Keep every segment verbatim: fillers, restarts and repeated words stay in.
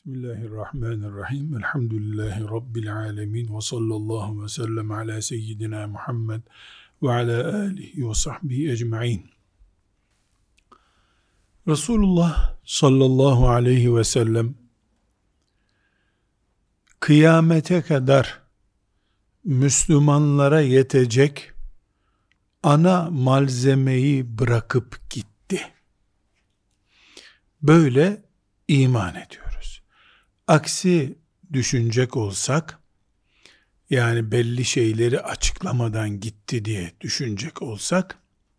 Bismillahirrahmanirrahim. Elhamdülillahi Rabbil alemin. Ve sallallahu ve sellem ala seyyidina Muhammed ve ala alihi ve sahbihi ecma'in. Resulullah sallallahu aleyhi ve sellem kıyamete kadar Müslümanlara yetecek ana malzemeyi bırakıp gitti. Böyle iman ediyoruz. Aksi düşünecek olsak, yani belli şeyleri açıklamadan gitti diye düşünecek olsak,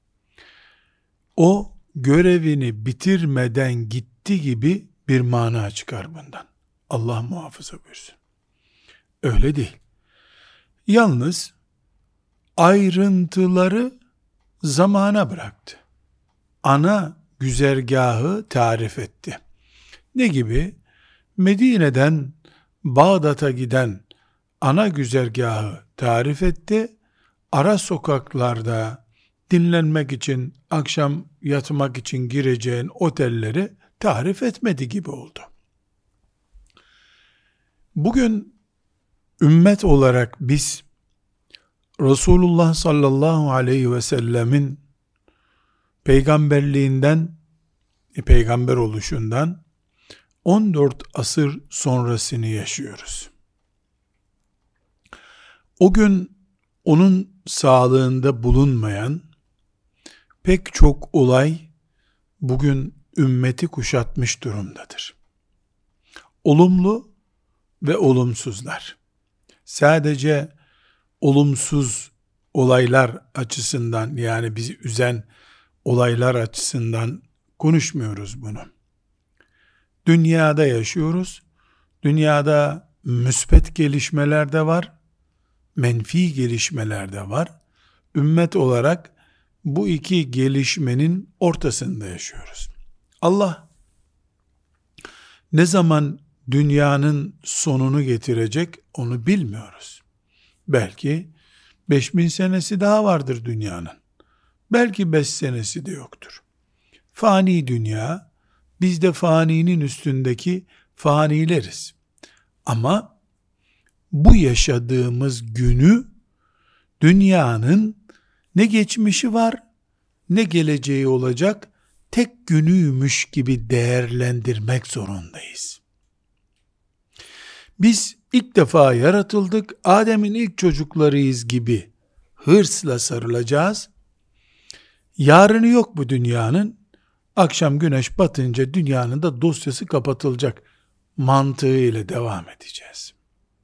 o görevini bitirmeden gitti gibi bir mana çıkar bundan. Allah muhafaza buyursun. Öyle değil. Yalnız ayrıntıları zamana bıraktı. Ana güzergahı tarif etti. Ne gibi? Medine'den Bağdat'a giden ana güzergahı tarif etti. Ara sokaklarda dinlenmek için, akşam yatmak için gireceğin otelleri tarif etmedi gibi oldu. Bugün ümmet olarak biz Resulullah sallallahu aleyhi ve sellemin peygamberliğinden, peygamber oluşundan on dört asır sonrasını yaşıyoruz. O gün onun sağlığında bulunmayan pek çok olay bugün ümmeti kuşatmış durumdadır. Olumlu ve olumsuzlar. Sadece olumsuz olaylar açısından, yani bizi üzen olaylar açısından konuşmuyoruz bunu. Dünyada yaşıyoruz. Dünyada müspet gelişmeler de var, menfi gelişmeler de var. Ümmet olarak bu iki gelişmenin ortasında yaşıyoruz. Allah ne zaman dünyanın sonunu getirecek onu bilmiyoruz. Belki beş bin senesi daha vardır dünyanın. Belki beş senesi de yoktur. Fani dünya, biz de faninin üstündeki fanileriz. Ama bu yaşadığımız günü dünyanın ne geçmişi var ne geleceği olacak tek günüymüş gibi değerlendirmek zorundayız. Biz ilk defa yaratıldık, Adem'in ilk çocuklarıyız gibi hırsla sarılacağız. Yarını yok bu dünyanın. Akşam güneş batınca dünyanın da dosyası kapatılacak mantığıyla devam edeceğiz.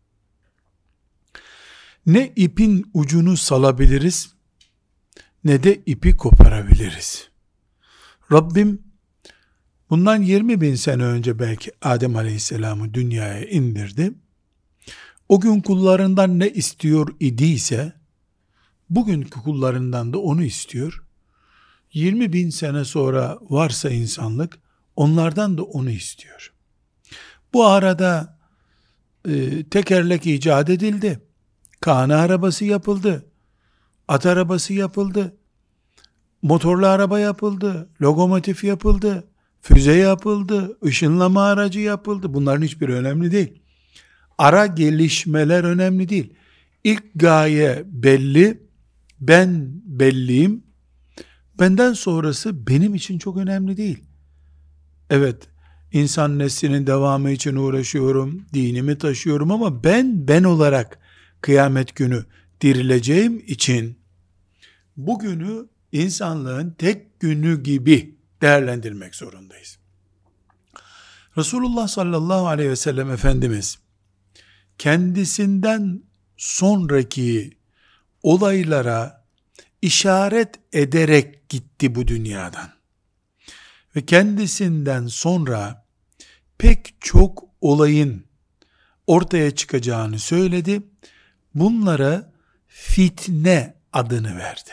Ne ipin ucunu salabiliriz, ne de ipi koparabiliriz. Rabbim bundan yirmi bin sene önce belki Adem Aleyhisselam'ı dünyaya indirdi. O gün kullarından ne istiyor idiyse, bugünkü kullarından da onu istiyor. yirmi bin sene sonra varsa insanlık, onlardan da onu istiyor. Bu arada e, tekerlek icat edildi. Kahne arabası yapıldı. At arabası yapıldı. Motorlu araba yapıldı. Lokomotif yapıldı. Füze yapıldı. Işınlama aracı yapıldı. Bunların hiçbiri önemli değil. Ara gelişmeler önemli değil. İlk gaye belli. Ben belliyim. Benden sonrası benim için çok önemli değil. Evet, insan neslinin devamı için uğraşıyorum, dinimi taşıyorum ama ben ben olarak kıyamet günü dirileceğim için bugünü insanlığın tek günü gibi değerlendirmek zorundayız. Resulullah sallallahu aleyhi ve sellem Efendimiz kendisinden sonraki olaylara işaret ederek gitti bu dünyadan. Ve kendisinden sonra pek çok olayın ortaya çıkacağını söyledi. Bunlara fitne adını verdi.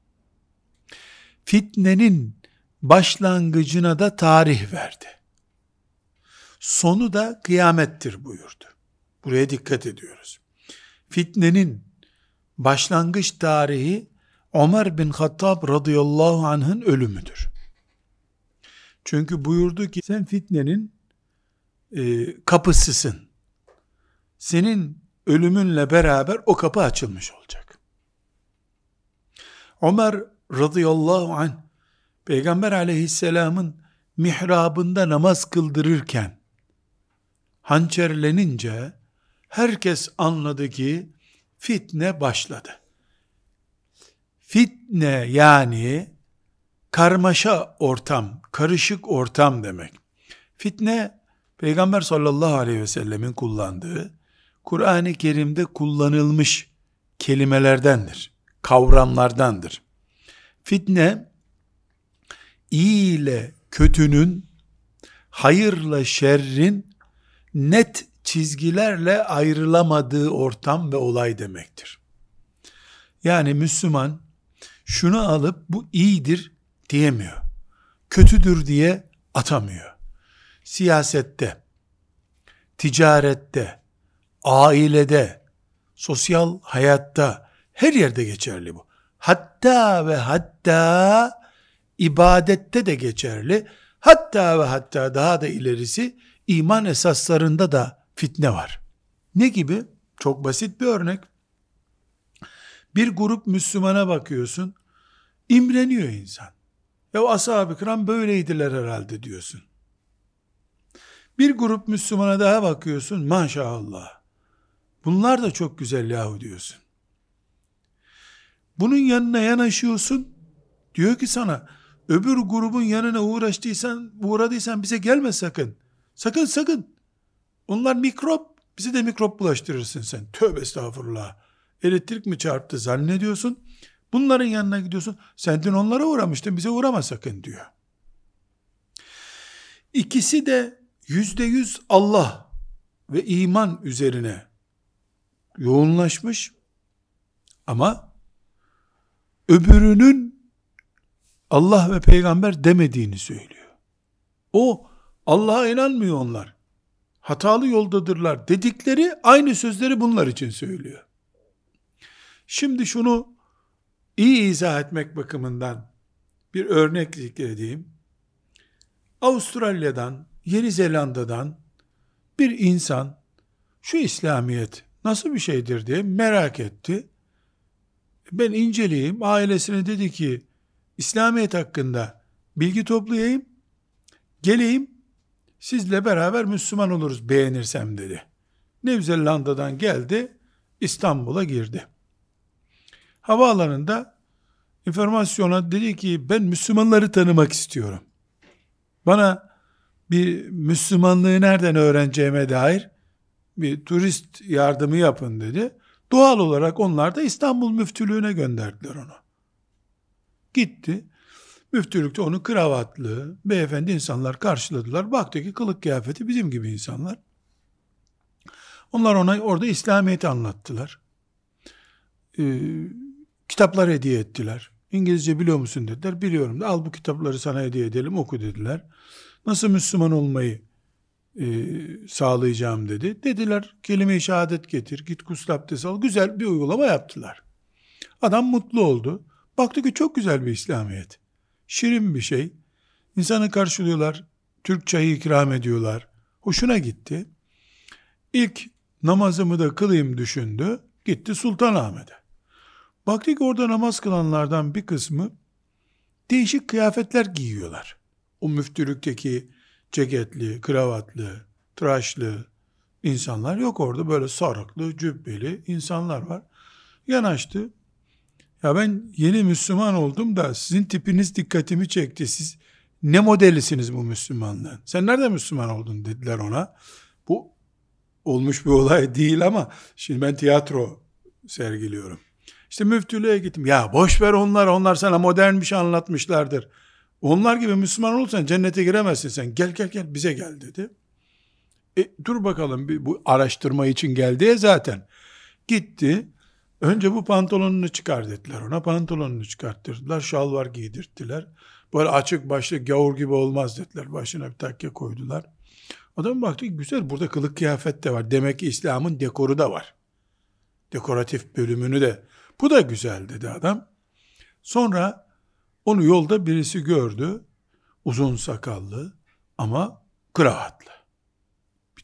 Fitnenin başlangıcına da tarih verdi. Sonu da kıyamettir buyurdu. Buraya dikkat ediyoruz. Fitnenin başlangıç tarihi Ömer bin Hattab radıyallahu anh'ın ölümüdür. Çünkü buyurdu ki sen fitnenin e, kapısısın. Senin ölümünle beraber o kapı açılmış olacak. Ömer radıyallahu anh, Peygamber aleyhisselamın mihrabında namaz kıldırırken hançerlenince herkes anladı ki fitne başladı. Fitne yani karmaşa ortam, karışık ortam demek. Fitne, Peygamber sallallahu aleyhi ve sellemin kullandığı, Kur'an-ı Kerim'de kullanılmış kelimelerdendir, kavramlardandır. Fitne, iyi ile kötünün, hayırla şerrin net çizgilerle ayrılamadığı ortam ve olay demektir. Yani Müslüman şunu alıp bu iyidir diyemiyor. Kötüdür diye atamıyor. Siyasette, ticarette, ailede, sosyal hayatta, her yerde geçerli bu. Hatta ve hatta ibadette de geçerli. Hatta ve hatta daha da ilerisi iman esaslarında da fitne var. Ne gibi? Çok basit bir örnek. Bir grup Müslümana bakıyorsun, imreniyor insan. Ya ashab-ı kiram böyleydiler herhalde diyorsun. Bir grup Müslümana daha bakıyorsun, maşallah. Bunlar da çok güzel yahu diyorsun. Bunun yanına yanaşıyorsun, diyor ki sana, öbür grubun yanına uğraştıysan, uğradıysan bize gelme sakın. Sakın sakın. Onlar mikrop, bize de mikrop bulaştırırsın sen. Tövbe estağfurullah. Elektrik mi çarptı zannediyorsun. Bunların yanına gidiyorsun. Sen dün onlara uğramıştın, bize uğrama sakın diyor. İkisi de yüzde yüz Allah ve iman üzerine yoğunlaşmış ama öbürünün Allah ve peygamber demediğini söylüyor. O Allah'a inanmıyor onlar. Hatalı yoldadırlar dedikleri aynı sözleri bunlar için söylüyor. Şimdi şunu iyi izah etmek bakımından bir örnek zikredeyim. Avustralya'dan, Yeni Zelanda'dan bir insan şu İslamiyet nasıl bir şeydir diye merak etti. Ben inceleyeyim. Ailesine dedi ki İslamiyet hakkında bilgi toplayayım. Geleyim sizle beraber Müslüman oluruz beğenirsem dedi. New Zelanda'dan geldi, İstanbul'a girdi. Havaalanında informasyona dedi ki ben Müslümanları tanımak istiyorum. Bana bir Müslümanlığı nereden öğreneceğime dair bir turist yardımı yapın dedi. Doğal olarak onlar da İstanbul Müftülüğü'ne gönderdiler onu. Gitti. Müftülükte onu kravatlı, beyefendi insanlar karşıladılar. Baktı ki kılık kıyafeti bizim gibi insanlar. Onlar ona orada İslamiyet'i anlattılar. Ee, kitaplar hediye ettiler. İngilizce biliyor musun dediler. Biliyorum da al bu kitapları sana hediye edelim oku dediler. Nasıl Müslüman olmayı e, sağlayacağım dedi. Dediler kelime-i şehadet getir, git gusül abdesti al. Güzel bir uygulama yaptılar. Adam mutlu oldu. Baktı ki çok güzel bir İslamiyet. Şirin bir şey. İnsanı karşılıyorlar. Türk çayı ikram ediyorlar. Hoşuna gitti. İlk namazımı da kılayım düşündü. Gitti Sultanahmet'e. Baktı ki orada namaz kılanlardan bir kısmı değişik kıyafetler giyiyorlar. O müftülükteki ceketli, kravatlı, tıraşlı insanlar yok orada. Böyle sarıklı, cübbeli insanlar var. Yanaştı. Ya ben yeni Müslüman oldum da sizin tipiniz dikkatimi çekti. Siz ne modelisiniz bu Müslümanlığın? Sen nerede Müslüman oldun dediler ona. Bu olmuş bir olay değil ama şimdi ben tiyatro sergiliyorum. İşte müftülüğe gittim. Ya boş ver onlar, onlar sana modern bir şey anlatmışlardır. Onlar gibi Müslüman olursan cennete giremezsin sen. Gel gel gel bize gel dedi. E, dur bakalım bir, bu araştırma için geldi ya zaten. Gitti. Önce bu pantolonunu çıkar dediler ona. Pantolonunu çıkarttırdılar. Şalvar giydirttiler. Böyle açık başlı gavur gibi olmaz dediler. Başına bir takke koydular. Adam baktı ki güzel burada kılık kıyafet de var. Demek ki İslam'ın dekoru da var. Dekoratif bölümünü de. Bu da güzel dedi adam. Sonra onu yolda birisi gördü. Uzun sakallı ama kravatlı.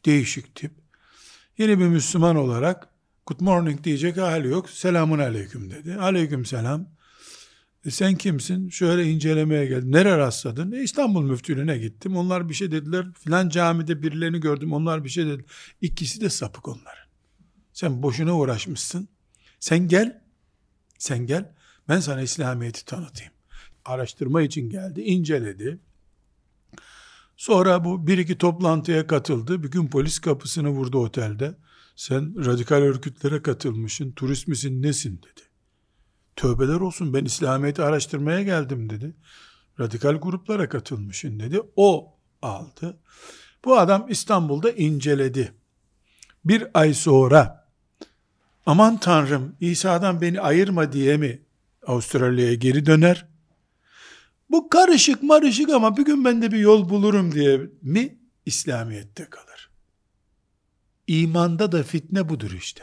Değişik tip. Yeni bir Müslüman olarak good morning diyecek hali yok. Selamun aleyküm dedi. Aleyküm selam. E sen kimsin? Şöyle incelemeye geldim. Nereye rastladın? E İstanbul Müftülüğüne gittim. Onlar bir şey dediler. Filan camide birilerini gördüm. Onlar bir şey dediler. İkisi de sapık onların. Sen boşuna uğraşmışsın. Sen gel. Sen gel. Ben sana İslamiyet'i tanıtayım. Araştırma için geldi. İnceledi. Sonra bu bir iki toplantıya katıldı. Bir gün polis kapısını vurdu otelde. Sen radikal örgütlere katılmışsın. Turist misin nesin dedi. Tövbeler olsun, ben İslamiyet'i araştırmaya geldim dedi. Radikal gruplara katılmışsın dedi. O aldı. Bu adam İstanbul'da inceledi. Bir ay sonra aman Tanrım İsa'dan beni ayırma diye mi Avustralya'ya geri döner? Bu karışık marışık ama bir gün ben de bir yol bulurum diye mi İslamiyet'te kalır? İmanda da fitne budur işte.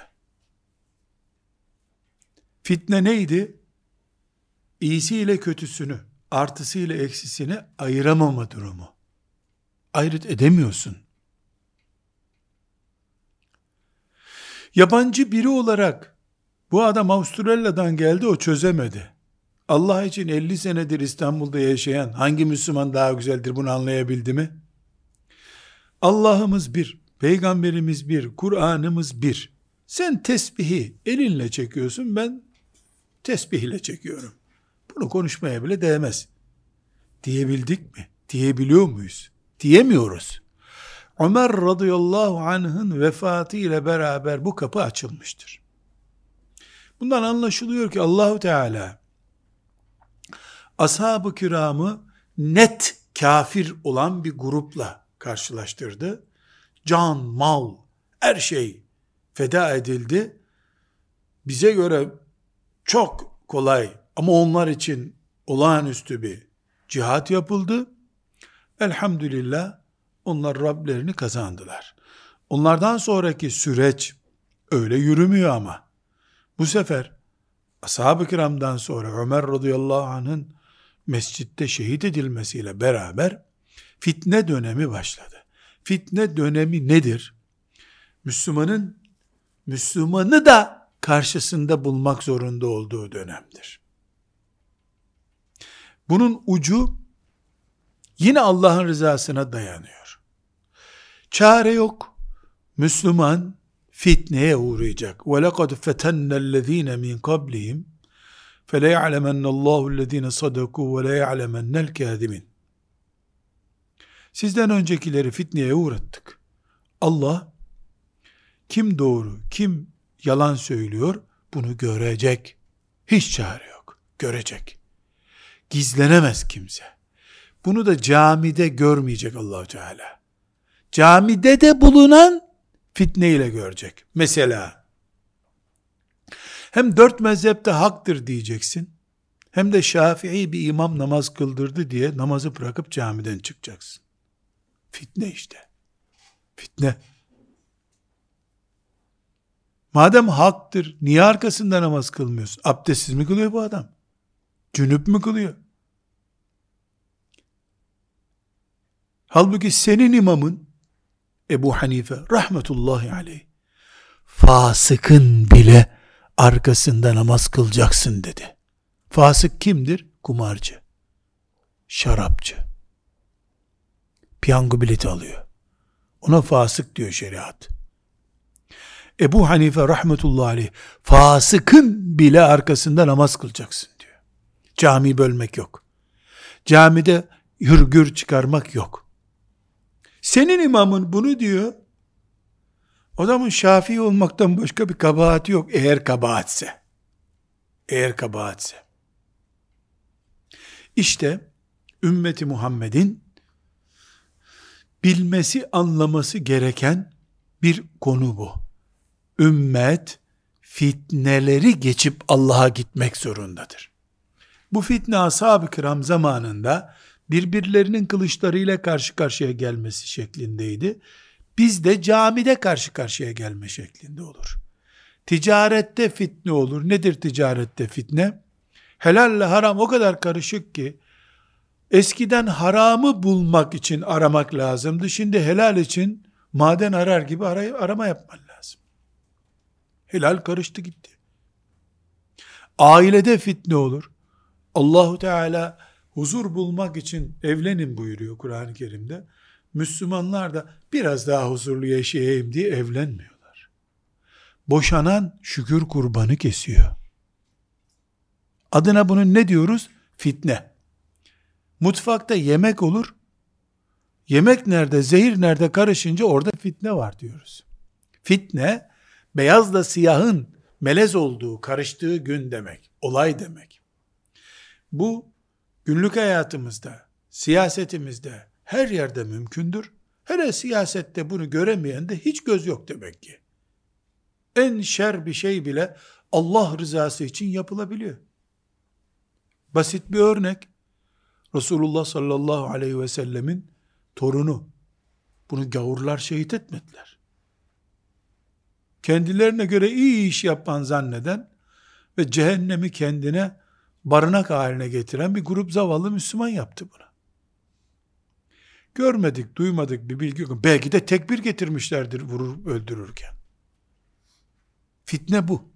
Fitne neydi? İyisiyle kötüsünü, artısıyla eksisini ayıramama durumu. Ayırt edemiyorsun. Yabancı biri olarak bu adam Avustralya'dan geldi, o çözemedi. Allah için elli senedir İstanbul'da yaşayan hangi Müslüman daha güzeldir, bunu anlayabildi mi? Allah'ımız bir, Peygamberimiz bir, Kur'an'ımız bir. Sen tesbihi elinle çekiyorsun, ben tesbihle çekiyorum. Bunu konuşmaya bile değmez. Diyebildik mi? Diyebiliyor muyuz? Diyemiyoruz. Ömer radıyallahu anh'ın vefatı ile beraber bu kapı açılmıştır. Bundan anlaşılıyor ki Allahu Teala ashab-ı kiramı net kafir olan bir grupla karşılaştırdı. Can, mal, her şey feda edildi. Bize göre çok kolay ama onlar için olağanüstü bir cihat yapıldı. Elhamdülillah onlar Rablerini kazandılar. Onlardan sonraki süreç öyle yürümüyor ama bu sefer ashab-ı kiramdan sonra Ömer radıyallahu anh'ın mescitte şehit edilmesiyle beraber fitne dönemi başladı. Fitne dönemi nedir? Müslümanın Müslümanı da karşısında bulmak zorunda olduğu dönemdir. Bunun ucu yine Allah'ın rızasına dayanıyor. Çare yok. Müslüman fitneye uğrayacak. وَلَقَدْ فَتَنَّ الَّذ۪ينَ مِنْ قَبْلِهِمْ فَلَيَعْلَمَنَّ اللّٰهُ الَّذ۪ينَ صَدَقُوا وَلَيَعْلَمَنَّ الْكَاذِبِينَ. Sizden öncekileri fitneye uğrattık. Allah kim doğru, kim yalan söylüyor bunu görecek. Hiç çare yok. Görecek. Gizlenemez kimse. Bunu da camide görmeyecek Allah-u Teala. Camide de bulunan fitneyle görecek. Mesela hem dört mezhepte haktır diyeceksin, hem de Şafii bir imam namaz kıldırdı diye namazı bırakıp camiden çıkacaksın. Fitne işte. Fitne. Madem haktır, niye arkasında namaz kılmıyorsun? Abdestsiz mi kılıyor bu adam? Cünüp mü kılıyor? Halbuki senin imamın Ebu Hanife rahmetullahi aleyh fasıkın bile arkasında namaz kılacaksın dedi. Fasık kimdir? Kumarcı, şarapçı, piyango bileti alıyor. Ona fasık diyor şeriat. Ebu Hanife rahmetullahi aleyh fasıkın bile arkasında namaz kılacaksın diyor. Cami bölmek yok. Camide hürgür çıkarmak yok. Senin imamın bunu diyor. Adamın Şafii olmaktan başka bir kabahati yok eğer kabahatse. Eğer kabahatse. İşte ümmeti Muhammed'in bilmesi, anlaması gereken bir konu bu. Ümmet fitneleri geçip Allah'a gitmek zorundadır. Bu fitne ashab-ı kiram zamanında birbirlerinin kılıçlarıyla karşı karşıya gelmesi şeklindeydi. Bizde camide karşı karşıya gelme şeklinde olur. Ticarette fitne olur. Nedir ticarette fitne? Helalle haram o kadar karışık ki eskiden haramı bulmak için aramak lazımdı. Şimdi helal için maden arar gibi aray- arama yapman lazım. Helal karıştı gitti. Ailede fitne olur. Allahu Teala huzur bulmak için evlenin buyuruyor Kur'an-ı Kerim'de. Müslümanlar da biraz daha huzurlu yaşayayım diye evlenmiyorlar. Boşanan şükür kurbanı kesiyor. Adına bunun ne diyoruz? Fitne. Mutfakta yemek olur. Yemek nerede, zehir nerede karışınca orada fitne var diyoruz. Fitne, beyazla siyahın melez olduğu, karıştığı gün demek, olay demek. Bu günlük hayatımızda, siyasetimizde, her yerde mümkündür. Hele siyasette bunu göremeyen de hiç göz yok demek ki. En şer bir şey bile Allah rızası için yapılabiliyor. Basit bir örnek. Resulullah sallallahu aleyhi ve sellemin torunu. Bunu gavurlar şehit etmediler. Kendilerine göre iyi iş yapan zanneden ve cehennemi kendine barınak haline getiren bir grup zavallı Müslüman yaptı bunu. Görmedik, duymadık bir bilgi yok. Belki de tekbir getirmişlerdir vurur, öldürürken. Fitne bu.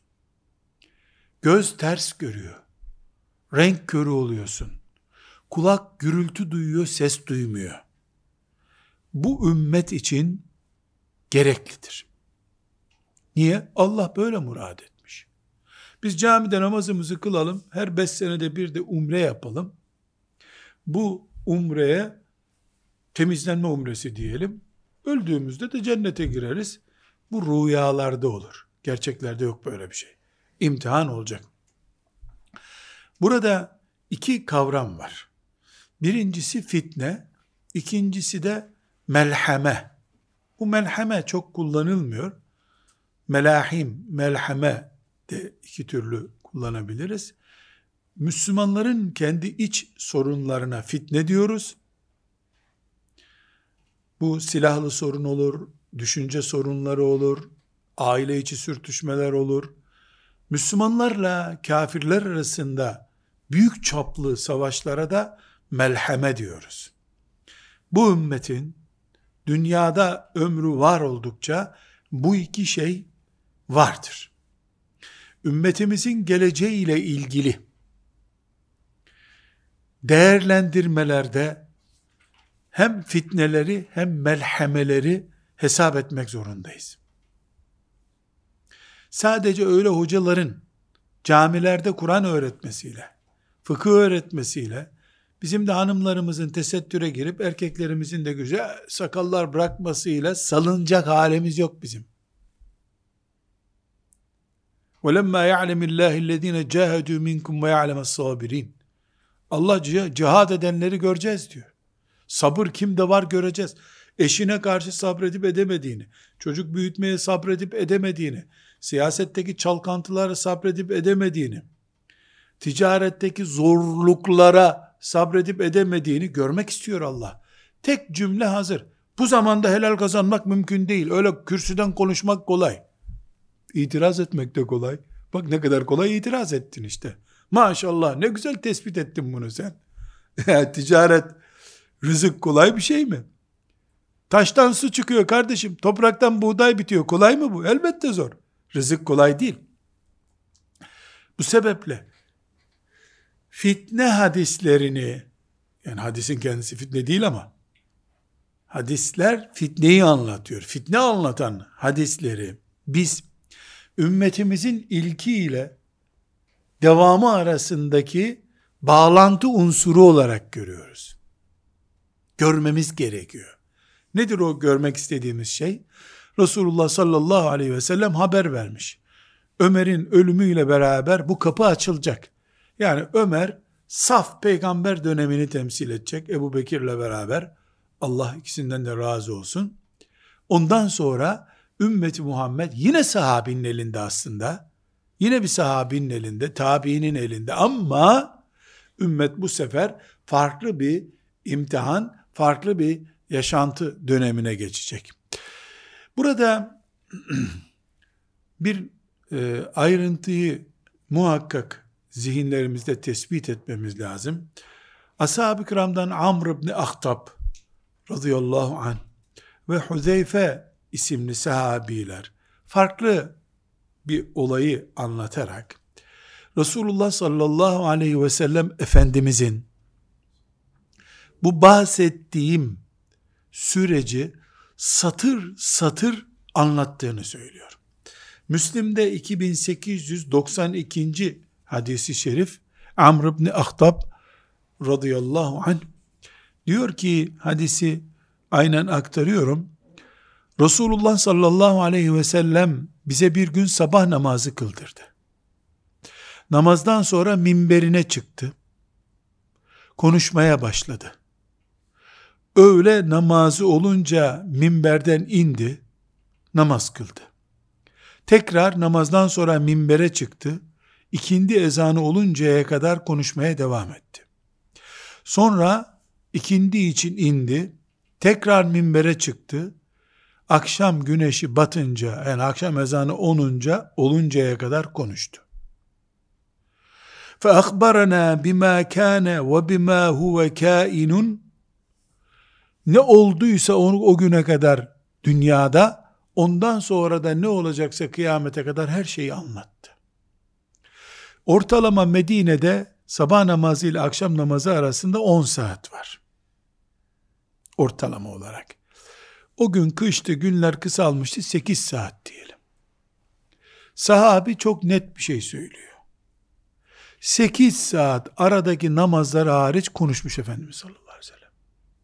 Göz ters görüyor. Renk körü oluyorsun. Kulak gürültü duyuyor, ses duymuyor. Bu ümmet için gereklidir. Niye? Allah böyle murad etmiş. Biz camide namazımızı kılalım, her beş senede bir de umre yapalım. Bu umreye temizlenme umresi diyelim. Öldüğümüzde de cennete gireriz. Bu rüyalarda olur. Gerçeklerde yok böyle bir şey. İmtihan olacak. Burada iki kavram var. Birincisi fitne, ikincisi de melheme. Bu melheme çok kullanılmıyor. Melahim, melheme de iki türlü kullanabiliriz. Müslümanların kendi iç sorunlarına fitne diyoruz. Bu silahlı sorun olur, düşünce sorunları olur, aile içi sürtüşmeler olur. Müslümanlarla kafirler arasında büyük çaplı savaşlara da melheme diyoruz. Bu ümmetin dünyada ömrü var oldukça bu iki şey vardır. Ümmetimizin geleceğiyle ilgili değerlendirmelerde hem fitneleri hem melhemeleri hesap etmek zorundayız. Sadece öyle hocaların camilerde Kur'an öğretmesiyle, fıkıh öğretmesiyle, bizim de hanımlarımızın tesettüre girip erkeklerimizin de güzel sakallar bırakmasıyla salınacak halimiz yok bizim. وَلَمَّا يَعْلَمِ اللّٰهِ الَّذ۪ينَ جَاهَدُوا مِنْكُمْ وَيَعْلَمَ الصَّابِرِينَ Allah cihad edenleri göreceğiz diyor. Sabır kimde var göreceğiz. Eşine karşı sabredip edemediğini, çocuk büyütmeye sabredip edemediğini, siyasetteki çalkantılara sabredip edemediğini, ticaretteki zorluklara sabredip edemediğini görmek istiyor Allah. Tek cümle hazır. Bu zamanda helal kazanmak mümkün değil. Öyle kürsüden konuşmak kolay. İtiraz etmek de kolay. Bak ne kadar kolay itiraz ettin işte. Maşallah ne güzel tespit ettin bunu sen. Ticaret, rızık kolay bir şey mi? Taştan su çıkıyor kardeşim. Topraktan buğday bitiyor. Kolay mı bu? Elbette zor. Rızık kolay değil. Bu sebeple fitne hadislerini, yani hadisin kendisi fitne değil ama hadisler fitneyi anlatıyor. Fitne anlatan hadisleri biz ümmetimizin ilkiyle devamı arasındaki bağlantı unsuru olarak görüyoruz. Görmemiz gerekiyor. Nedir o görmek istediğimiz şey? Resulullah sallallahu aleyhi ve sellem haber vermiş. Ömer'in ölümüyle beraber bu kapı açılacak. Yani Ömer saf peygamber dönemini temsil edecek Ebu Bekir'le beraber. Allah ikisinden de razı olsun. Ondan sonra ümmeti Muhammed yine sahabinin elinde aslında. Yine bir sahabinin elinde, tabiinin elinde ama ümmet bu sefer farklı bir imtihan, farklı bir yaşantı dönemine geçecek. Burada bir e, ayrıntıyı muhakkak zihinlerimizde tespit etmemiz lazım. Ashab-ı kiramdan Amr ibn Ahtab radıyallahu anh ve Huzeyfe isimli sahabiler farklı bir olayı anlatarak Resulullah sallallahu aleyhi ve sellem Efendimizin bu bahsettiğim süreci satır satır anlattığını söylüyor. Müslim'de iki bin sekiz yüz doksan ikinci hadisi şerif, Amr ibn Ahtab radıyallahu anh diyor ki, hadisi aynen aktarıyorum. Resulullah sallallahu aleyhi ve sellem bize bir gün sabah namazı kıldırdı. Namazdan sonra minberine çıktı. Konuşmaya başladı. Öğle namazı olunca minberden indi, namaz kıldı. Tekrar namazdan sonra minbere çıktı. İkindi ezanı oluncaya kadar konuşmaya devam etti. Sonra ikindi için indi, tekrar minbere çıktı. Akşam güneşi batınca, yani akşam ezanı onunca oluncaya kadar konuştu. فَأَخْبَرَنَا بِمَا كَانَ وَبِمَا هُوَ كَائِنٌ Ne olduysa onu o güne kadar dünyada, ondan sonra da ne olacaksa kıyamete kadar her şeyi anlattı. Ortalama Medine'de sabah namazı ile akşam namazı arasında on saat var. Ortalama olarak. O gün kıştı, günler kısalmıştı, sekiz saat diyelim. Sahabi çok net bir şey söylüyor. sekiz saat aradaki namazlar hariç konuşmuş Efendimiz sallallahu aleyhi ve sellem.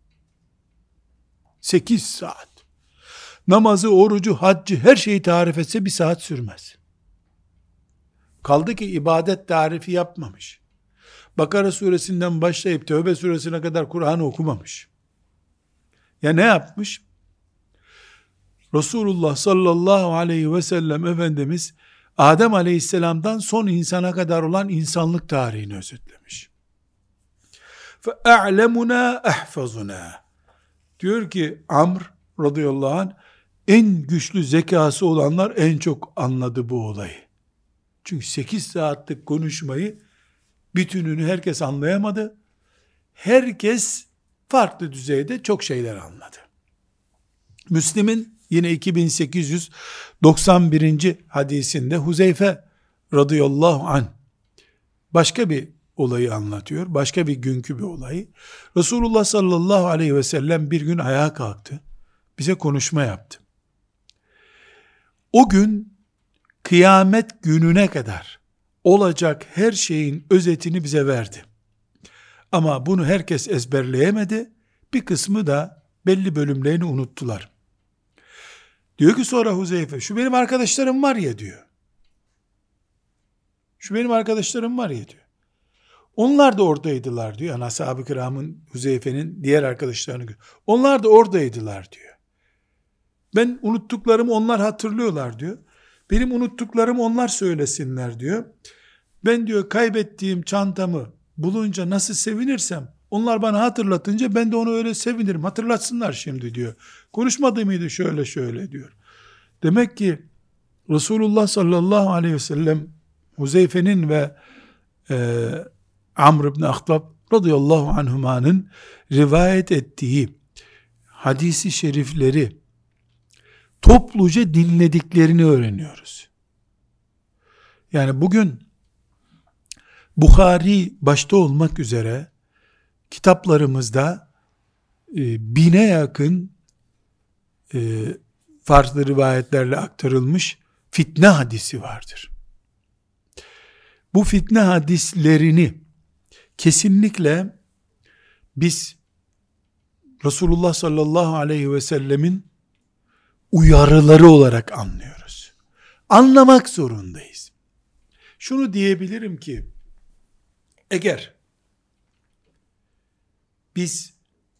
sekiz saat. Namazı, orucu, haccı, her şeyi tarif etse bir saat sürmez. Kaldı ki ibadet tarifi yapmamış. Bakara suresinden başlayıp Tevbe suresine kadar Kur'an'ı okumamış. Ya ne yapmış? Resulullah sallallahu aleyhi ve sellem Efendimiz Adem aleyhisselamdan son insana kadar olan insanlık tarihini özetlemiş. فَاَعْلَمُنَا اَحْفَظُنَا Diyor ki Amr radıyallahu anh, en güçlü zekası olanlar en çok anladı bu olayı. Çünkü sekiz saatlik konuşmayı bütününü herkes anlayamadı. Herkes farklı düzeyde çok şeyler anladı. Müslim'in yine iki bin sekiz yüz doksan birinci hadisinde Huzeyfe radıyallahu anh başka bir olayı anlatıyor. Başka bir günkü bir olayı. Resulullah sallallahu aleyhi ve sellem bir gün ayağa kalktı. Bize konuşma yaptı. O gün kıyamet gününe kadar olacak her şeyin özetini bize verdi. Ama bunu herkes ezberleyemedi. Bir kısmı da belli bölümlerini unuttular. Diyor ki sonra Huzeyfe, şu benim arkadaşlarım var ya diyor. Şu benim arkadaşlarım var ya diyor. Onlar da oradaydılar diyor. Yani ashab-ı kiramın, Huzeyfe'nin diğer arkadaşlarını. Onlar da oradaydılar diyor. Ben unuttuklarımı onlar hatırlıyorlar diyor. Benim unuttuklarımı onlar söylesinler diyor. Ben diyor kaybettiğim çantamı bulunca nasıl sevinirsem, onlar bana hatırlatınca ben de onu öyle sevinirim. Hatırlatsınlar şimdi diyor. Konuşmadı mıydı şöyle şöyle diyor. Demek ki Resulullah sallallahu aleyhi ve sellem Huzeyfe'nin ve e, Amr ibn Ahtab radıyallahu anhumanın rivayet ettiği hadisi şerifleri topluca dinlediklerini öğreniyoruz. Yani bugün Bukhari başta olmak üzere kitaplarımızda e, bine yakın e, farklı rivayetlerle aktarılmış fitne hadisi vardır. Bu fitne hadislerini kesinlikle biz Resulullah sallallahu aleyhi ve sellemin uyarıları olarak anlıyoruz. Anlamak zorundayız. Şunu diyebilirim ki, eğer biz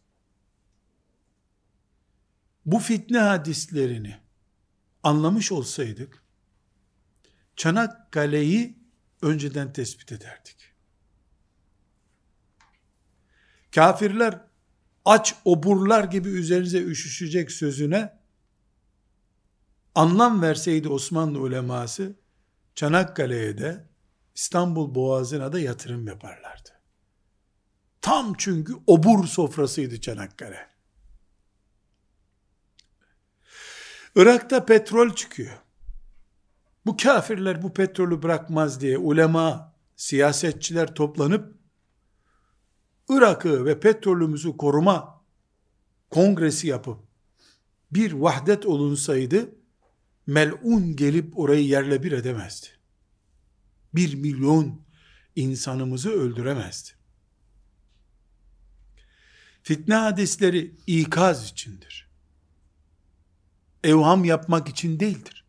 bu fitne hadislerini anlamış olsaydık, Çanakkale'yi önceden tespit ederdik. Kafirler aç oburlar gibi üzerinize üşüşecek sözüne anlam verseydi Osmanlı uleması, Çanakkale'ye de İstanbul Boğazı'na da yatırım yaparlardı. Tam çünkü obur sofrasıydı Çanakkale. Irak'ta petrol çıkıyor. Bu kafirler bu petrolü bırakmaz diye ulema, siyasetçiler toplanıp Irak'ı ve petrolümüzü koruma kongresi yapıp bir vahdet olunsaydı mel'un gelip orayı yerle bir edemezdi. Bir milyon insanımızı öldüremezdi. Fitne hadisleri ikaz içindir. Evham yapmak için değildir.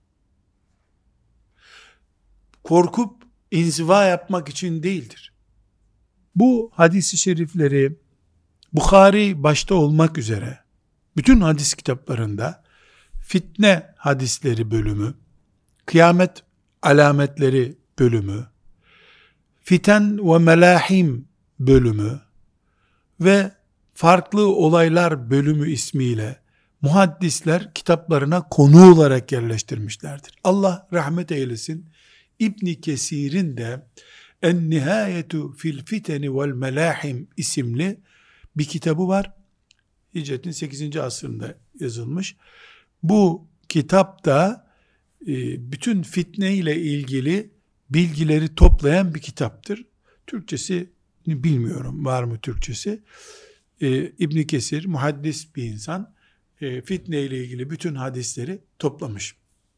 Korkup inziva yapmak için değildir. Bu hadis-i şerifleri Bukhari başta olmak üzere bütün hadis kitaplarında fitne hadisleri bölümü, kıyamet alametleri bölümü, fiten ve melahim bölümü ve farklı olaylar bölümü ismiyle muhaddisler kitaplarına konu olarak yerleştirmişlerdir. Allah rahmet eylesin. İbn Kesir'in de En-Nihayetu fil Fiteni vel Melahim isimli bir kitabı var. Hicretin sekizinci asrında yazılmış. Bu kitapta e, bütün fitne ile ilgili bilgileri toplayan bir kitaptır. Türkçesi bilmiyorum, var mı Türkçesi? E, İbn Kesir muhaddis bir insan, e, fitne ile ilgili bütün hadisleri toplamış.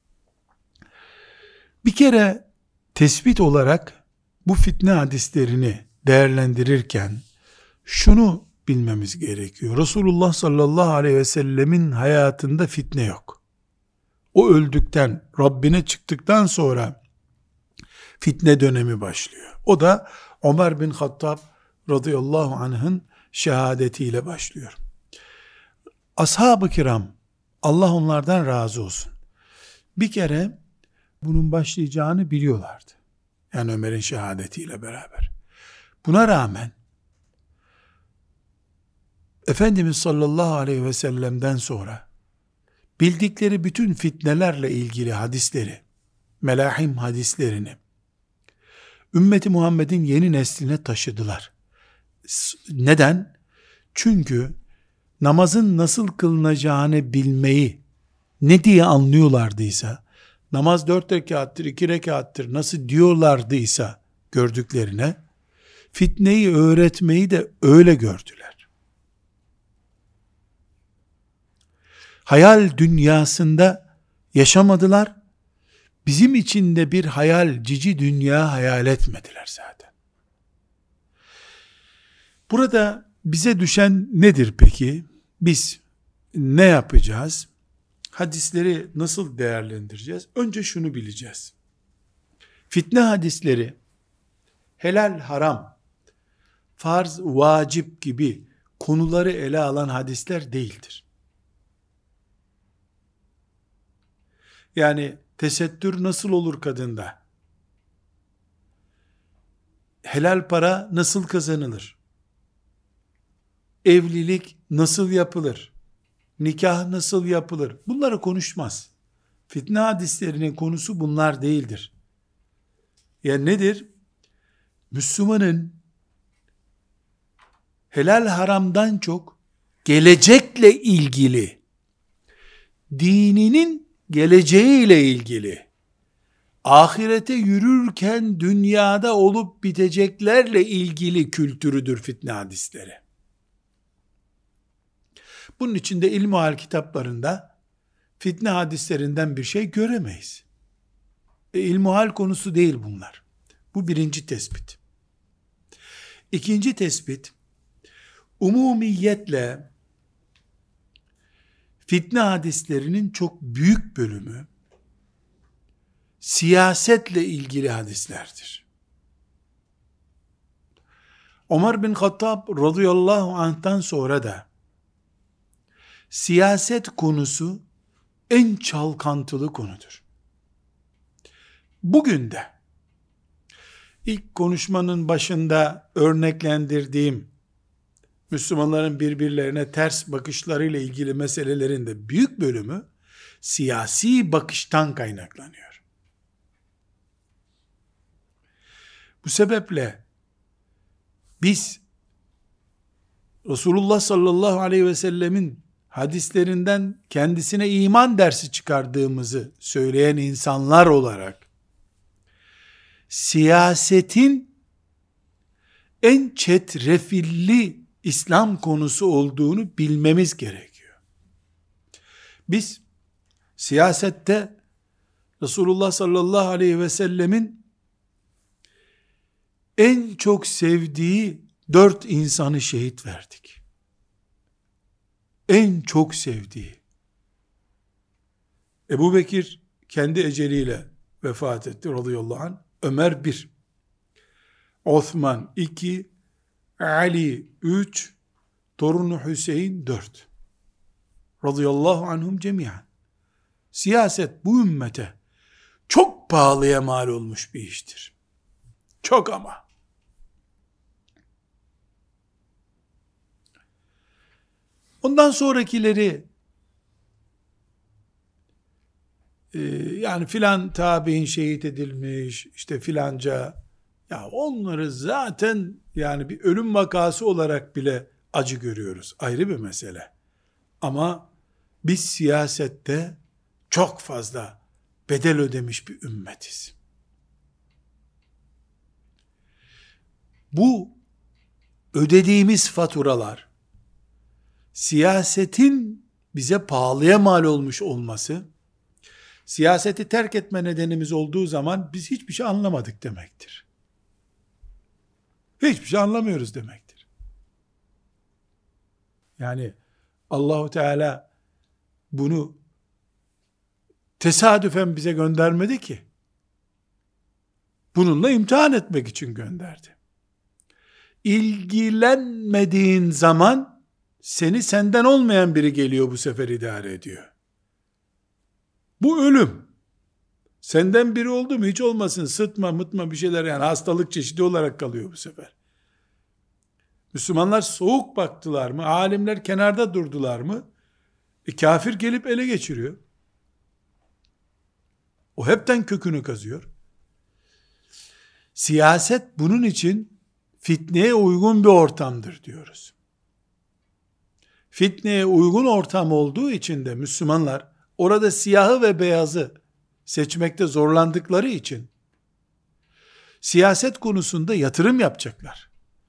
Bir kere tespit olarak bu fitne hadislerini değerlendirirken şunu bilmemiz gerekiyor. Resulullah sallallahu aleyhi ve sellemin hayatında fitne yok. O öldükten, Rabbine çıktıktan sonra fitne dönemi başlıyor. O da Ömer bin Hattab radıyallahu anh'ın şehadetiyle başlıyor. Ashab-ı kiram, Allah onlardan razı olsun, bir kere bunun başlayacağını biliyorlardı. Yani Ömer'in şehadetiyle beraber. Buna rağmen Efendimiz sallallahu aleyhi ve sellem'den sonra bildikleri bütün fitnelerle ilgili hadisleri, melahim hadislerini ümmeti Muhammed'in yeni nesline taşıdılar. Neden? Çünkü namazın nasıl kılınacağını bilmeyi ne diye anlıyorlardıysa, namaz dört rekattır, iki rekattır nasıl diyorlardıysa gördüklerine, fitneyi öğretmeyi de öyle gördüler. Hayal dünyasında yaşamadılar. Bizim için de bir hayal, cici dünya hayal etmediler zaten. Burada bize düşen nedir peki? Biz ne yapacağız? Hadisleri nasıl değerlendireceğiz? Önce şunu bileceğiz. Fitne hadisleri helal, haram, farz, vacip gibi konuları ele alan hadisler değildir. Yani tesettür nasıl olur kadında? Helal para nasıl kazanılır? Evlilik nasıl yapılır? Nikah nasıl yapılır? Bunları konuşmaz. Fitne hadislerinin konusu bunlar değildir. Yani nedir? Müslümanın helal haramdan çok gelecekle ilgili, dininin geleceğiyle ilgili, ahirete yürürken dünyada olup biteceklerle ilgili kültürüdür fitne hadisleri. Bunun için de ilmihal kitaplarında fitne hadislerinden bir şey göremeyiz. E, ilmihal konusu değil bunlar. Bu birinci tespit. İkinci tespit, umumiyetle fitne hadislerinin çok büyük bölümü siyasetle ilgili hadislerdir. Ömer bin Hattab radıyallahu anh'tan sonra da siyaset konusu en çalkantılı konudur. Bugün de ilk konuşmanın başında örneklendirdiğim Müslümanların birbirlerine ters bakışlarıyla ilgili meselelerin de büyük bölümü siyasi bakıştan kaynaklanıyor. Bu sebeple biz Resulullah sallallahu aleyhi ve sellemin hadislerinden kendisine iman dersi çıkardığımızı söyleyen insanlar olarak siyasetin en çetrefilli İslam konusu olduğunu bilmemiz gerekiyor. Biz siyasette Resulullah sallallahu aleyhi ve sellemin en çok sevdiği dört insanı şehit verdik. En çok sevdiği. Ebu Bekir kendi eceliyle vefat etti radıyallahu anh. Ömer bir. Osman iki. Ali üç. Torunu Hüseyin dört. Radıyallahu anhum cemiyen. Siyaset bu ümmete çok pahalıya mal olmuş bir iştir. Çok ama. Ondan sonrakileri e, yani filan tabi'in şehit edilmiş, işte filanca, ya onları zaten yani bir ölüm vakası olarak bile acı görüyoruz. Ayrı bir mesele. Ama biz siyasette çok fazla bedel ödemiş bir ümmetiz. Bu ödediğimiz faturalar, siyasetin bize pahalıya mal olmuş olması, siyaseti terk etme nedenimiz olduğu zaman biz hiçbir şey anlamadık demektir. Hiçbir şey anlamıyoruz demektir. Yani Allahu Teala bunu tesadüfen bize göndermedi ki. Bununla imtihan etmek için gönderdi. İlgilenmediğin zaman seni senden olmayan biri geliyor bu sefer idare ediyor. Bu ölüm. Senden biri oldu mu hiç olmasın sıtma mıtma bir şeyler, yani hastalık çeşidi olarak kalıyor bu sefer. Müslümanlar soğuk baktılar mı? Alimler kenarda durdular mı? E, kafir gelip ele geçiriyor. O hepten kökünü kazıyor. Siyaset bunun için fitneye uygun bir ortamdır diyoruz. Fitneye uygun ortam olduğu için de Müslümanlar orada siyahı ve beyazı seçmekte zorlandıkları için siyaset konusunda yatırım yapacaklar.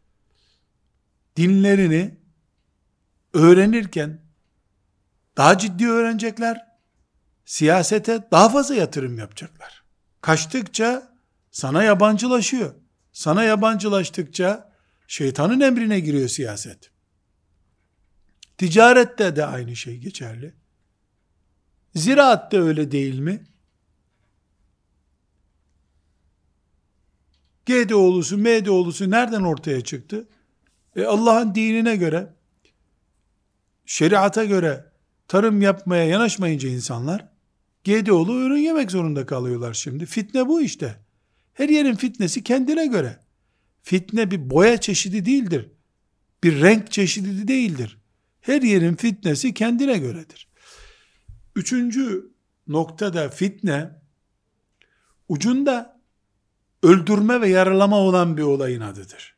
Dinlerini öğrenirken daha ciddi öğrenecekler. Siyasete daha fazla yatırım yapacaklar. Kaçtıkça sana yabancılaşıyor. Sana yabancılaştıkça şeytanın emrine giriyor siyaset. Ticarette de aynı şey geçerli. Ziraatte öyle değil mi? G D O'lusu, M D O'lusu nereden ortaya çıktı? E Allah'ın dinine göre, şeriata göre tarım yapmaya yanaşmayınca insanlar, G D O'lu ürün yemek zorunda kalıyorlar şimdi. Fitne bu işte. Her yerin fitnesi kendine göre. Fitne bir boya çeşidi değildir. Bir renk çeşidi değildir. Her yerin fitnesi kendine göredir. Üçüncü noktada fitne, ucunda öldürme ve yaralama olan bir olayın adıdır.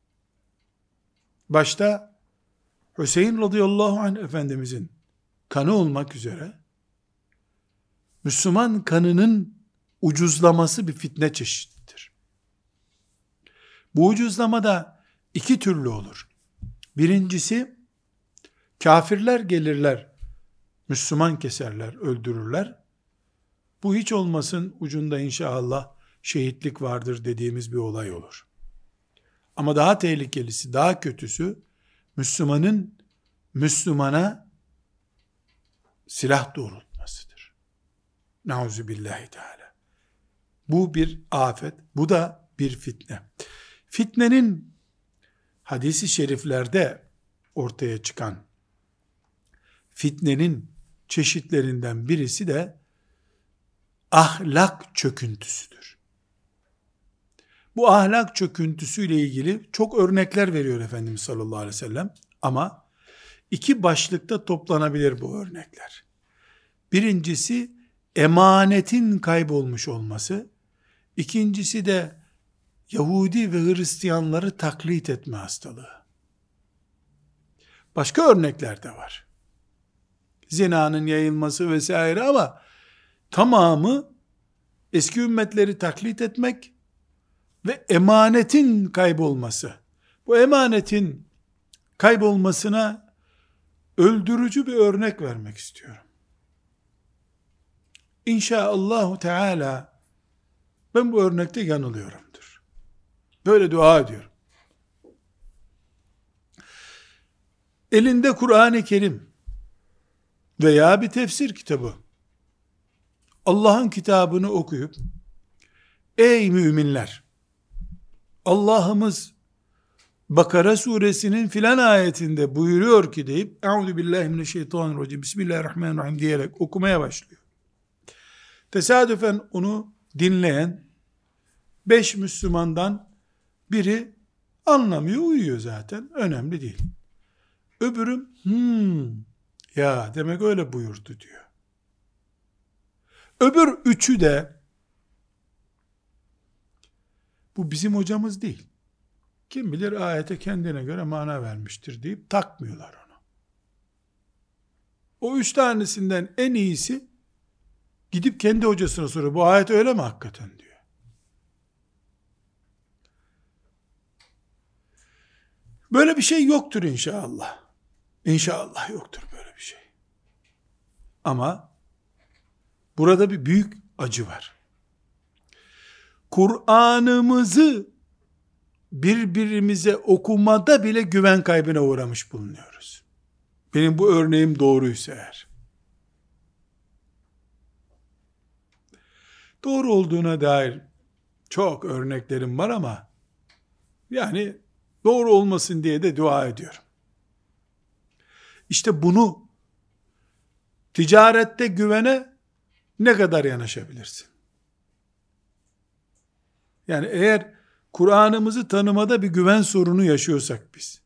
Başta Hüseyin radıyallahu anh Efendimizin kanı olmak üzere, Müslüman kanının ucuzlaması bir fitne çeşididir. Bu ucuzlama da iki türlü olur. Birincisi, kafirler gelirler, Müslüman keserler, öldürürler. Bu hiç olmasın ucunda inşallah şehitlik vardır dediğimiz bir olay olur. Ama daha tehlikelisi, daha kötüsü, Müslümanın Müslümana silah doğrultmasıdır. Nauzubillahi teala. Bu bir afet, bu da bir fitne. Fitnenin hadis-i şeriflerde ortaya çıkan fitnenin çeşitlerinden birisi de ahlak çöküntüsüdür. Bu ahlak çöküntüsüyle ilgili çok örnekler veriyor Efendimiz sallallahu aleyhi ve sellem. Ama iki başlıkta toplanabilir bu örnekler. Birincisi emanetin kaybolmuş olması. İkincisi de Yahudi ve Hristiyanları taklit etme hastalığı. Başka örnekler de var. zinanın yayılması vesaire, ama tamamı eski ümmetleri taklit etmek ve emanetin kaybolması. Bu emanetin kaybolmasına öldürücü bir örnek vermek istiyorum. İnşaallahu Teala ben bu örnekte yanılıyorumdur. Böyle dua ediyorum. Elinde Kur'an-ı Kerim veya bir tefsir kitabı, Allah'ın kitabını okuyup, ey müminler, Allah'ımız Bakara suresinin filan ayetinde buyuruyor ki deyip, Euzubillahimineşşeytanirracim, Bismillahirrahmanirrahim diyerek okumaya başlıyor. Tesadüfen onu dinleyen beş Müslümandan biri anlamıyor, uyuyor zaten, önemli değil. Öbürü hmm, ya demek öyle buyurdu diyor. Öbür üçü de bu bizim hocamız değil, kim bilir ayete kendine göre mana vermiştir deyip takmıyorlar onu. O üç tanesinden en iyisi gidip kendi hocasına soruyor, bu ayet öyle mi hakikaten diyor. Böyle bir şey yoktur inşallah. İnşallah yoktur böyle bir şey. Ama burada bir büyük acı var. Kur'an'ımızı birbirimize okumada bile güven kaybına uğramış bulunuyoruz. Benim bu örneğim doğruysa eğer. Doğru olduğuna dair çok örneklerim var ama yani doğru olmasın diye de dua ediyorum. İşte bunu ticarette güvene ne kadar yanaşabilirsin? Yani eğer Kur'an'ımızı tanımada bir güven sorunu yaşıyorsak biz,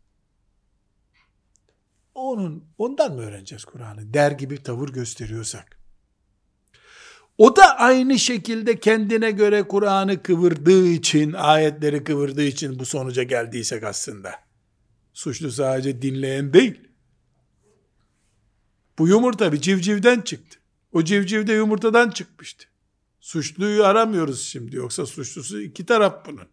onun ondan mı öğreneceğiz Kur'an'ı der gibi tavır gösteriyorsak, o da aynı şekilde kendine göre Kur'an'ı kıvırdığı için, ayetleri kıvırdığı için bu sonuca geldiysek aslında, suçlu sadece dinleyen değil. Bu yumurta bir civcivden çıktı. O civciv de yumurtadan çıkmıştı. Suçluyu aramıyoruz şimdi, yoksa suçlusu iki taraf bunun.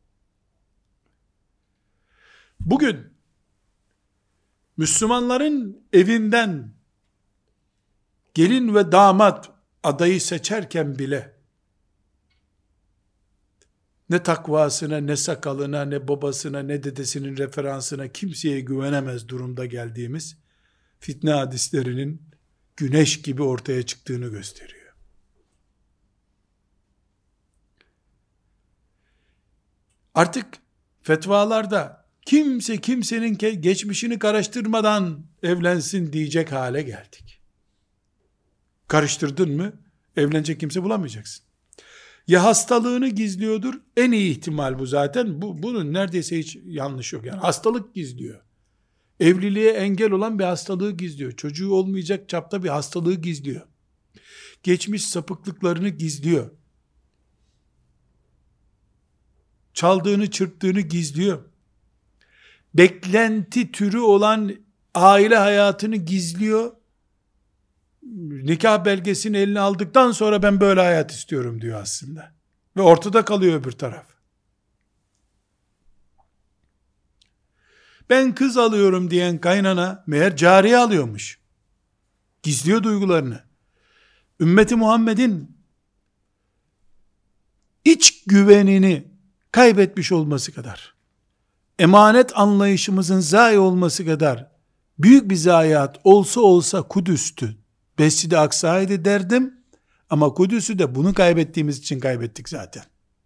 Bugün Müslümanların evinden gelin ve damat adayı seçerken bile ne takvasına, ne sakalına, ne babasına, ne dedesinin referansına kimseye güvenemez durumda geldiğimiz fitne hadislerinin güneş gibi ortaya çıktığını gösteriyor. Artık fetvalarda kimse kimsenin geçmişini karıştırmadan evlensin diyecek hale geldik. Karıştırdın mı evlenecek kimse bulamayacaksın. Ya hastalığını gizliyordur, en iyi ihtimal bu zaten. Bu, bunun neredeyse hiç yanlış yok. Yani hastalık gizliyor. Evliliğe engel olan bir hastalığı gizliyor. Çocuğu olmayacak çapta bir hastalığı gizliyor. Geçmiş sapıklıklarını gizliyor. Çaldığını, çırptığını gizliyor. Beklenti türü olan aile hayatını gizliyor. Nikah belgesini eline aldıktan sonra ben böyle hayat istiyorum diyor aslında. Ve ortada kalıyor öbür taraf. Ben kız alıyorum diyen kaynana meğer cariye alıyormuş. Gizliyor duygularını. Ümmeti Muhammed'in iç güvenini kaybetmiş olması kadar, emanet anlayışımızın zayi olması kadar büyük bir zayiat olsa olsa Kudüs'tü, Mescid-i Aksa'ydı derdim, ama Kudüs'ü de bunu kaybettiğimiz için kaybettik zaten.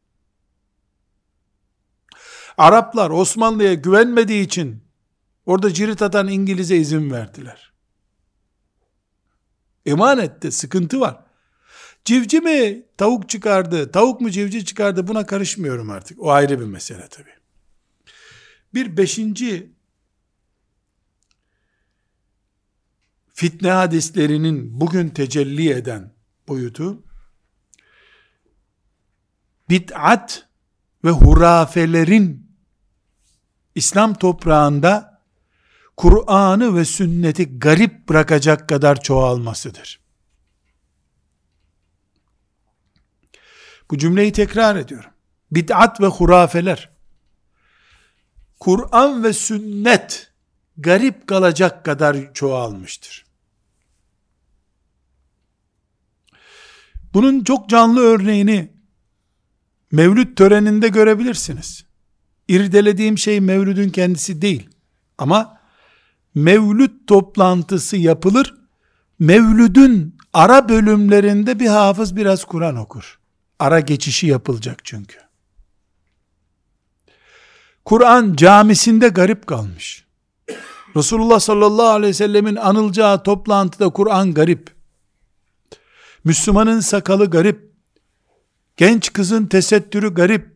Araplar Osmanlı'ya güvenmediği için orada cirit atan İngiliz'e izin verdiler. Emanette sıkıntı var. Civci mi tavuk çıkardı, tavuk mu civci çıkardı, buna karışmıyorum artık. O ayrı bir mesele tabii. Bir beşinci fitne hadislerinin bugün tecelli eden boyutu, bid'at ve hurafelerin İslam toprağında Kur'an'ı ve sünneti garip bırakacak kadar çoğalmasıdır. Bu cümleyi tekrar ediyorum. Bid'at ve hurafeler, Kur'an ve sünnet garip kalacak kadar çoğalmıştır. Bunun çok canlı örneğini Mevlüt töreninde görebilirsiniz. İrdelediğim şey Mevlüd'ün kendisi değil. Ama Mevlüt toplantısı yapılır. Mevlüd'ün ara bölümlerinde bir hafız biraz Kur'an okur. Ara geçişi yapılacak çünkü. Kur'an camisinde garip kalmış. Resulullah sallallahu aleyhi ve sellemin anılacağı toplantıda Kur'an garip. Müslümanın sakalı garip. Genç kızın tesettürü garip.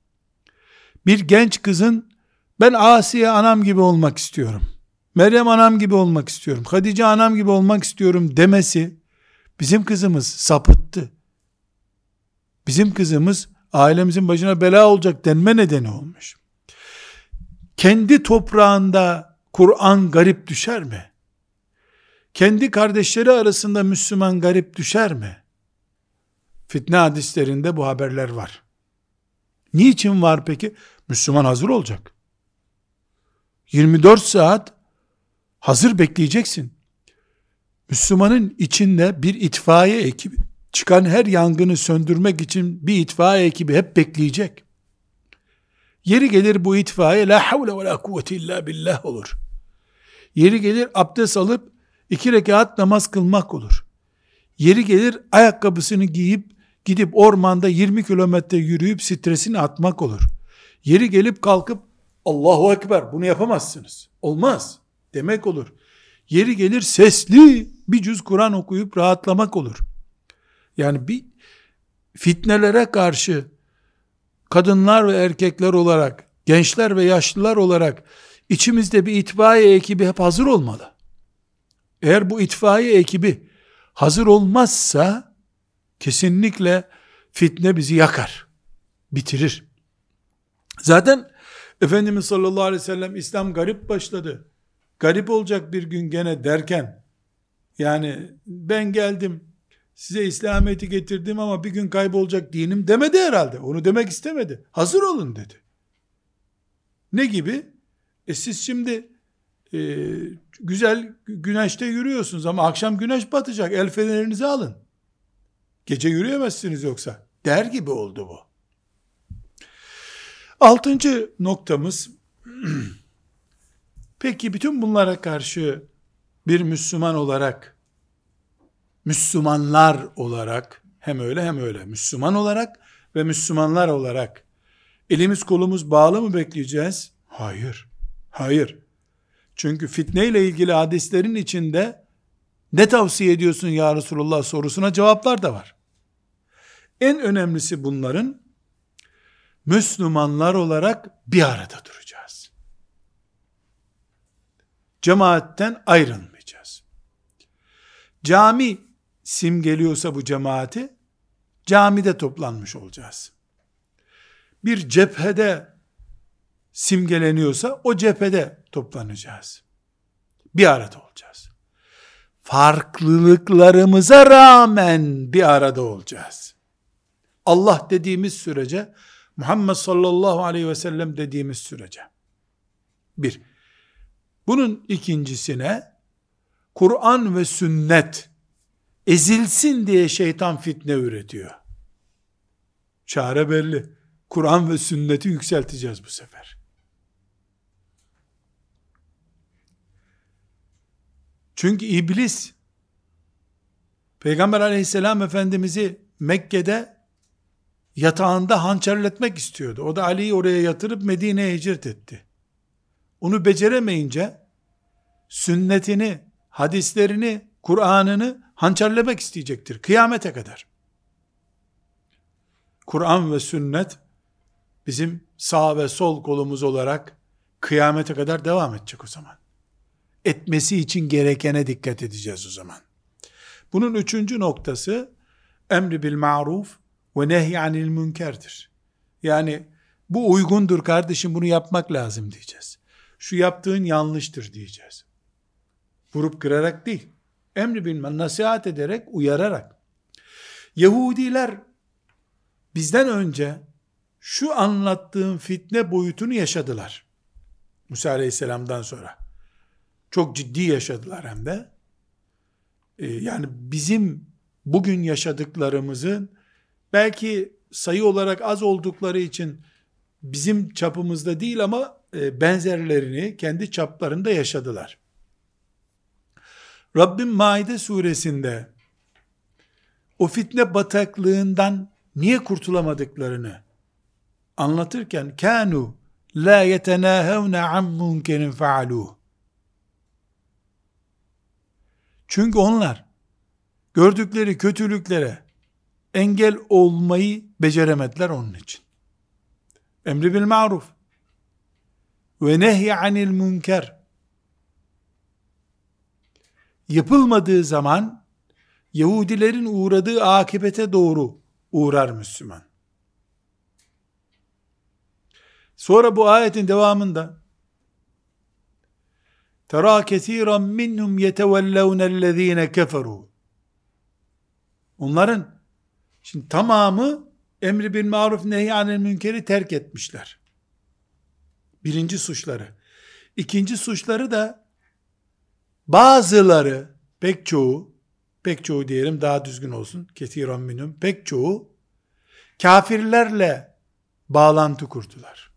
Bir genç kızın ben Asiye anam gibi olmak istiyorum, Meryem anam gibi olmak istiyorum, Hatice anam gibi olmak istiyorum demesi, bizim kızımız sapıttı, bizim kızımız ailemizin başına bela olacak denme nedeni olmuş. Kendi toprağında Kur'an garip düşer mi? Kendi kardeşleri arasında Müslüman garip düşer mi? Fitne hadislerinde bu haberler var. Niçin var peki? Müslüman hazır olacak. yirmi dört saat hazır bekleyeceksin. Müslümanın içinde bir itfaiye ekibi, çıkan her yangını söndürmek için bir itfaiye ekibi hep bekleyecek. Yeri gelir bu itfaiye la havle ve la kuvvete illa billah olur. Yeri gelir abdest alıp iki rekat namaz kılmak olur. Yeri gelir ayakkabısını giyip gidip ormanda yirmi kilometre yürüyüp stresini atmak olur. Yeri gelip kalkıp Allahu Ekber bunu yapamazsınız, olmaz demek olur. Yeri gelir sesli bir cüz Kur'an okuyup rahatlamak olur. Yani bir fitnelere karşı kadınlar ve erkekler olarak, gençler ve yaşlılar olarak içimizde bir itfaiye ekibi hep hazır olmalı. Eğer bu itfaiye ekibi hazır olmazsa kesinlikle fitne bizi yakar, bitirir. Zaten Efendimiz sallallahu aleyhi ve sellem İslam garip başladı, garip olacak bir gün gene derken, yani ben geldim size İslamiyet'i getirdim ama bir gün kaybolacak dinim demedi herhalde. Onu demek istemedi. Hazır olun dedi. Ne gibi? E siz şimdi e, güzel güneşte yürüyorsunuz ama akşam güneş batacak. El fenerinizi alın. Gece yürüyemezsiniz yoksa. Der gibi oldu bu. Altıncı noktamız, peki bütün bunlara karşı bir Müslüman olarak, Müslümanlar olarak, hem öyle hem öyle, Müslüman olarak ve Müslümanlar olarak elimiz kolumuz bağlı mı bekleyeceğiz? Hayır. Hayır. Çünkü fitne ile ilgili hadislerin içinde ne tavsiye ediyorsun ya Resulullah sorusuna cevaplar da var. En önemlisi bunların, Müslümanlar olarak bir arada duracağız. Cemaatten ayrılmayacağız. Cami simgeliyorsa bu cemaati, camide toplanmış olacağız. Bir cephede simgeleniyorsa o cephede toplanacağız. Bir arada olacağız. Farklılıklarımıza rağmen bir arada olacağız. Allah dediğimiz sürece, Muhammed sallallahu aleyhi ve sellem dediğimiz sürece. Bir. Bunun ikincisine, Kur'an ve sünnet ezilsin diye şeytan fitne üretiyor. Çare belli. Kur'an ve sünneti yükselteceğiz bu sefer. Çünkü iblis, Peygamber aleyhisselam Efendimiz'i Mekke'de yatağında hançerletmek istiyordu. O da Ali'yi oraya yatırıp Medine'ye hicret etti. Onu beceremeyince sünnetini, hadislerini, Kur'an'ını hançerlemek isteyecektir kıyamete kadar. Kur'an ve sünnet bizim sağ ve sol kolumuz olarak kıyamete kadar devam edecek o zaman. Etmesi için gerekene dikkat edeceğiz o zaman. Bunun üçüncü noktası emri bil ma'ruf ve nehy anil münkerdir. Yani bu uygundur kardeşim, bunu yapmak lazım diyeceğiz. şu yaptığın yanlıştır diyeceğiz. Vurup kırarak değil. Emri bilmem, nasihat ederek, uyararak. Yahudiler bizden önce şu anlattığım fitne boyutunu yaşadılar. Musa Aleyhisselam'dan sonra. Çok ciddi yaşadılar hem de. Ee, yani bizim bugün yaşadıklarımızın belki sayı olarak az oldukları için bizim çapımızda değil ama e, benzerlerini kendi çaplarında yaşadılar. Rabbim Maide suresinde o fitne bataklığından niye kurtulamadıklarını anlatırken kanu la yetenâhevne an munkerin fealûh. Çünkü onlar gördükleri kötülüklere engel olmayı beceremediler onun için. Emri bil ma'ruf ve nehy anil münker yapılmadığı zaman Yahudilerin uğradığı akibete doğru uğrar Müslüman. Sonra bu ayetin devamında Tera kesiran minhum yetevellevnellezine keferu. Onların şimdi tamamı emri bil maruf nehy anil münkeri terk etmişler. Birinci suçları. İkinci suçları da bazıları, pek çoğu, pek çoğu diyelim daha düzgün olsun, kesiran minhum, pek çoğu kafirlerle bağlantı kurdular.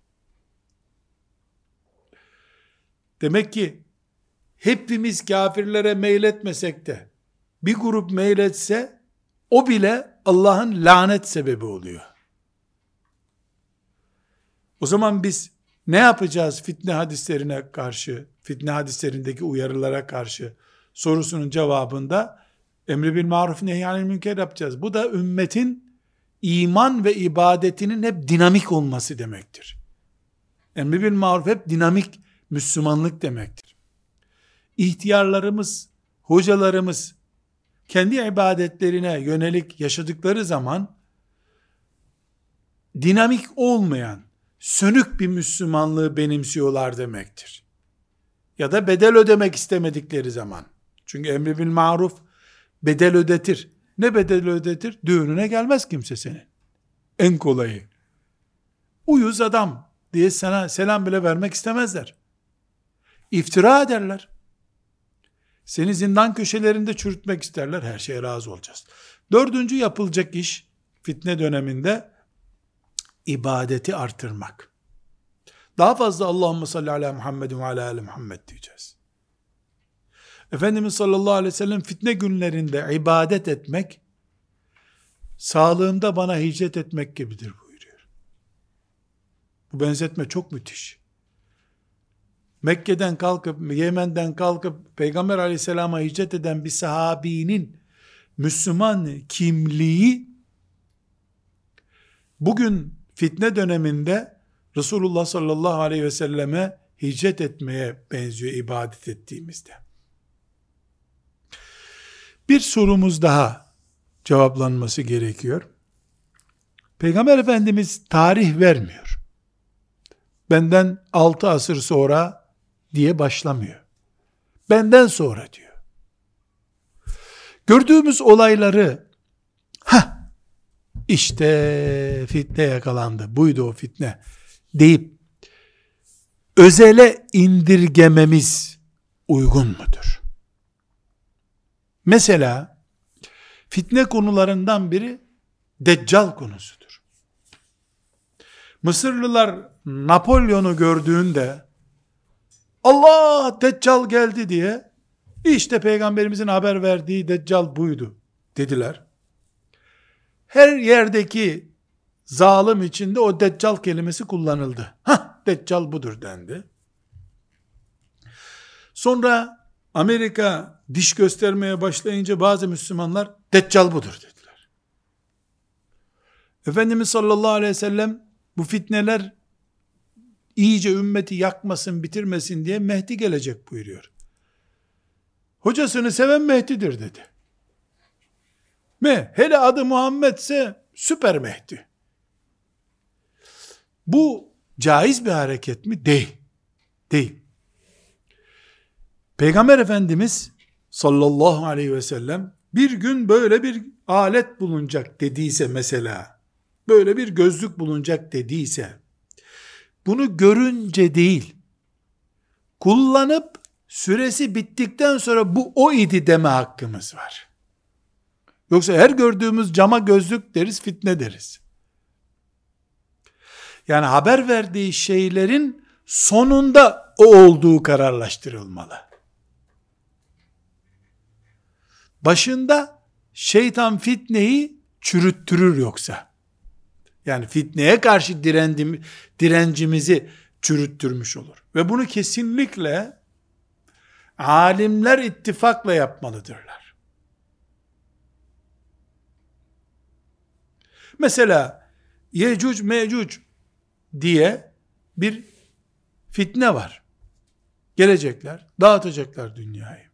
Demek ki hepimiz kafirlere meyletmesek de bir grup meyletse o bile Allah'ın lanet sebebi oluyor. O zaman biz ne yapacağız fitne hadislerine karşı, fitne hadislerindeki uyarılara karşı sorusunun cevabında emri bil maruf nehy anil münker yapacağız. Bu da ümmetin iman ve ibadetinin hep dinamik olması demektir. Emri bil maruf hep dinamik Müslümanlık demektir. İhtiyarlarımız, hocalarımız kendi ibadetlerine yönelik yaşadıkları zaman dinamik olmayan, sönük bir Müslümanlığı benimsiyorlar demektir. Ya da bedel ödemek istemedikleri zaman. Çünkü emri bil maruf bedel ödetir. Ne bedel ödetir? Düğününe gelmez kimse senin. En kolayı. Uyuz adam diye sana selam bile vermek istemezler. İftira ederler. Seni zindan köşelerinde çürütmek isterler. Her şeye razı olacağız. Dördüncü yapılacak iş fitne döneminde ibadeti artırmak. Daha fazla Allahümme salli ala Muhammedin ve ala ali Muhammed diyeceğiz. Efendimiz sallallahu aleyhi ve sellem fitne günlerinde ibadet etmek, sağlığımda bana hicret etmek gibidir buyuruyor. Bu benzetme çok müthiş. Mekke'den kalkıp, Yemen'den kalkıp, Peygamber aleyhisselama hicret eden bir sahabinin Müslüman kimliği, bugün fitne döneminde Resulullah sallallahu aleyhi ve selleme hicret etmeye benziyor ibadet ettiğimizde. Bir sorumuz daha cevaplanması gerekiyor. Peygamber Efendimiz tarih vermiyor. Benden altı asır sonra diye başlamıyor. Benden sonra diyor. Gördüğümüz olayları ha işte fitne yakalandı, buydu o fitne deyip özele indirgememiz uygun mudur? Mesela fitne konularından biri Deccal konusudur. Mısırlılar Napolyon'u gördüğünde Allah Deccal geldi diye işte Peygamberimizin haber verdiği Deccal buydu dediler. Her yerdeki zalim içinde o Deccal kelimesi kullanıldı. Hah, Deccal budur dendi. Sonra Amerika diş göstermeye başlayınca bazı Müslümanlar Deccal budur dediler. Efendimiz sallallahu aleyhi ve sellem bu fitneler iyice ümmeti yakmasın, bitirmesin diye Mehdi gelecek buyuruyor. Hocasını seven Mehdi'dir dedi. Me, hele adı Muhammed'se süper Mehdi. Bu caiz bir hareket mi? Değil. Değil. Peygamber Efendimiz sallallahu aleyhi ve sellem bir gün böyle bir alet bulunacak dediyse, mesela böyle bir gözlük bulunacak dediyse, bunu görünce değil, kullanıp süresi bittikten sonra bu o idi deme hakkımız var. Yoksa her gördüğümüz cama gözlük deriz, fitne deriz. Yani haber verdiği şeylerin sonunda o olduğu kararlaştırılmalı. Başında şeytan fitneyi çürüttürür yoksa. Yani fitneye karşı direndim, direncimizi çürüttürmüş olur. Ve bunu kesinlikle alimler ittifakla yapmalıdırlar. Mesela Yecüc Mecüc diye bir fitne var. Gelecekler, dağıtacaklar dünyayı.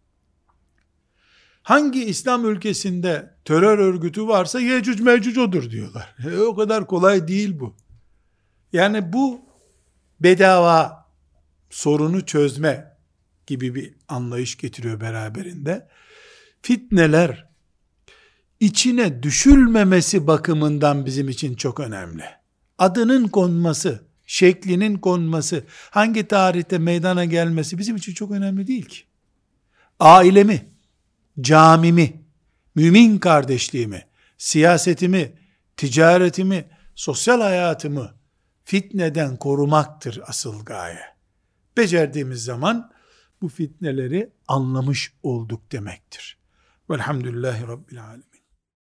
Hangi İslam ülkesinde terör örgütü varsa Yecüc Mecüc odur diyorlar. E, o kadar kolay değil bu. Yani bu bedava sorunu çözme gibi bir anlayış getiriyor beraberinde. Fitneler içine düşülmemesi bakımından bizim için çok önemli. Adının konması, şeklinin konması, hangi tarihte meydana gelmesi bizim için çok önemli değil ki. Ailemi, camimi, mümin kardeşliğimi, siyasetimi, ticaretimi, sosyal hayatımı fitneden korumaktır asıl gaye. Becerdiğimiz zaman bu fitneleri anlamış olduk demektir. Velhamdülillahi Rabbil Alemin.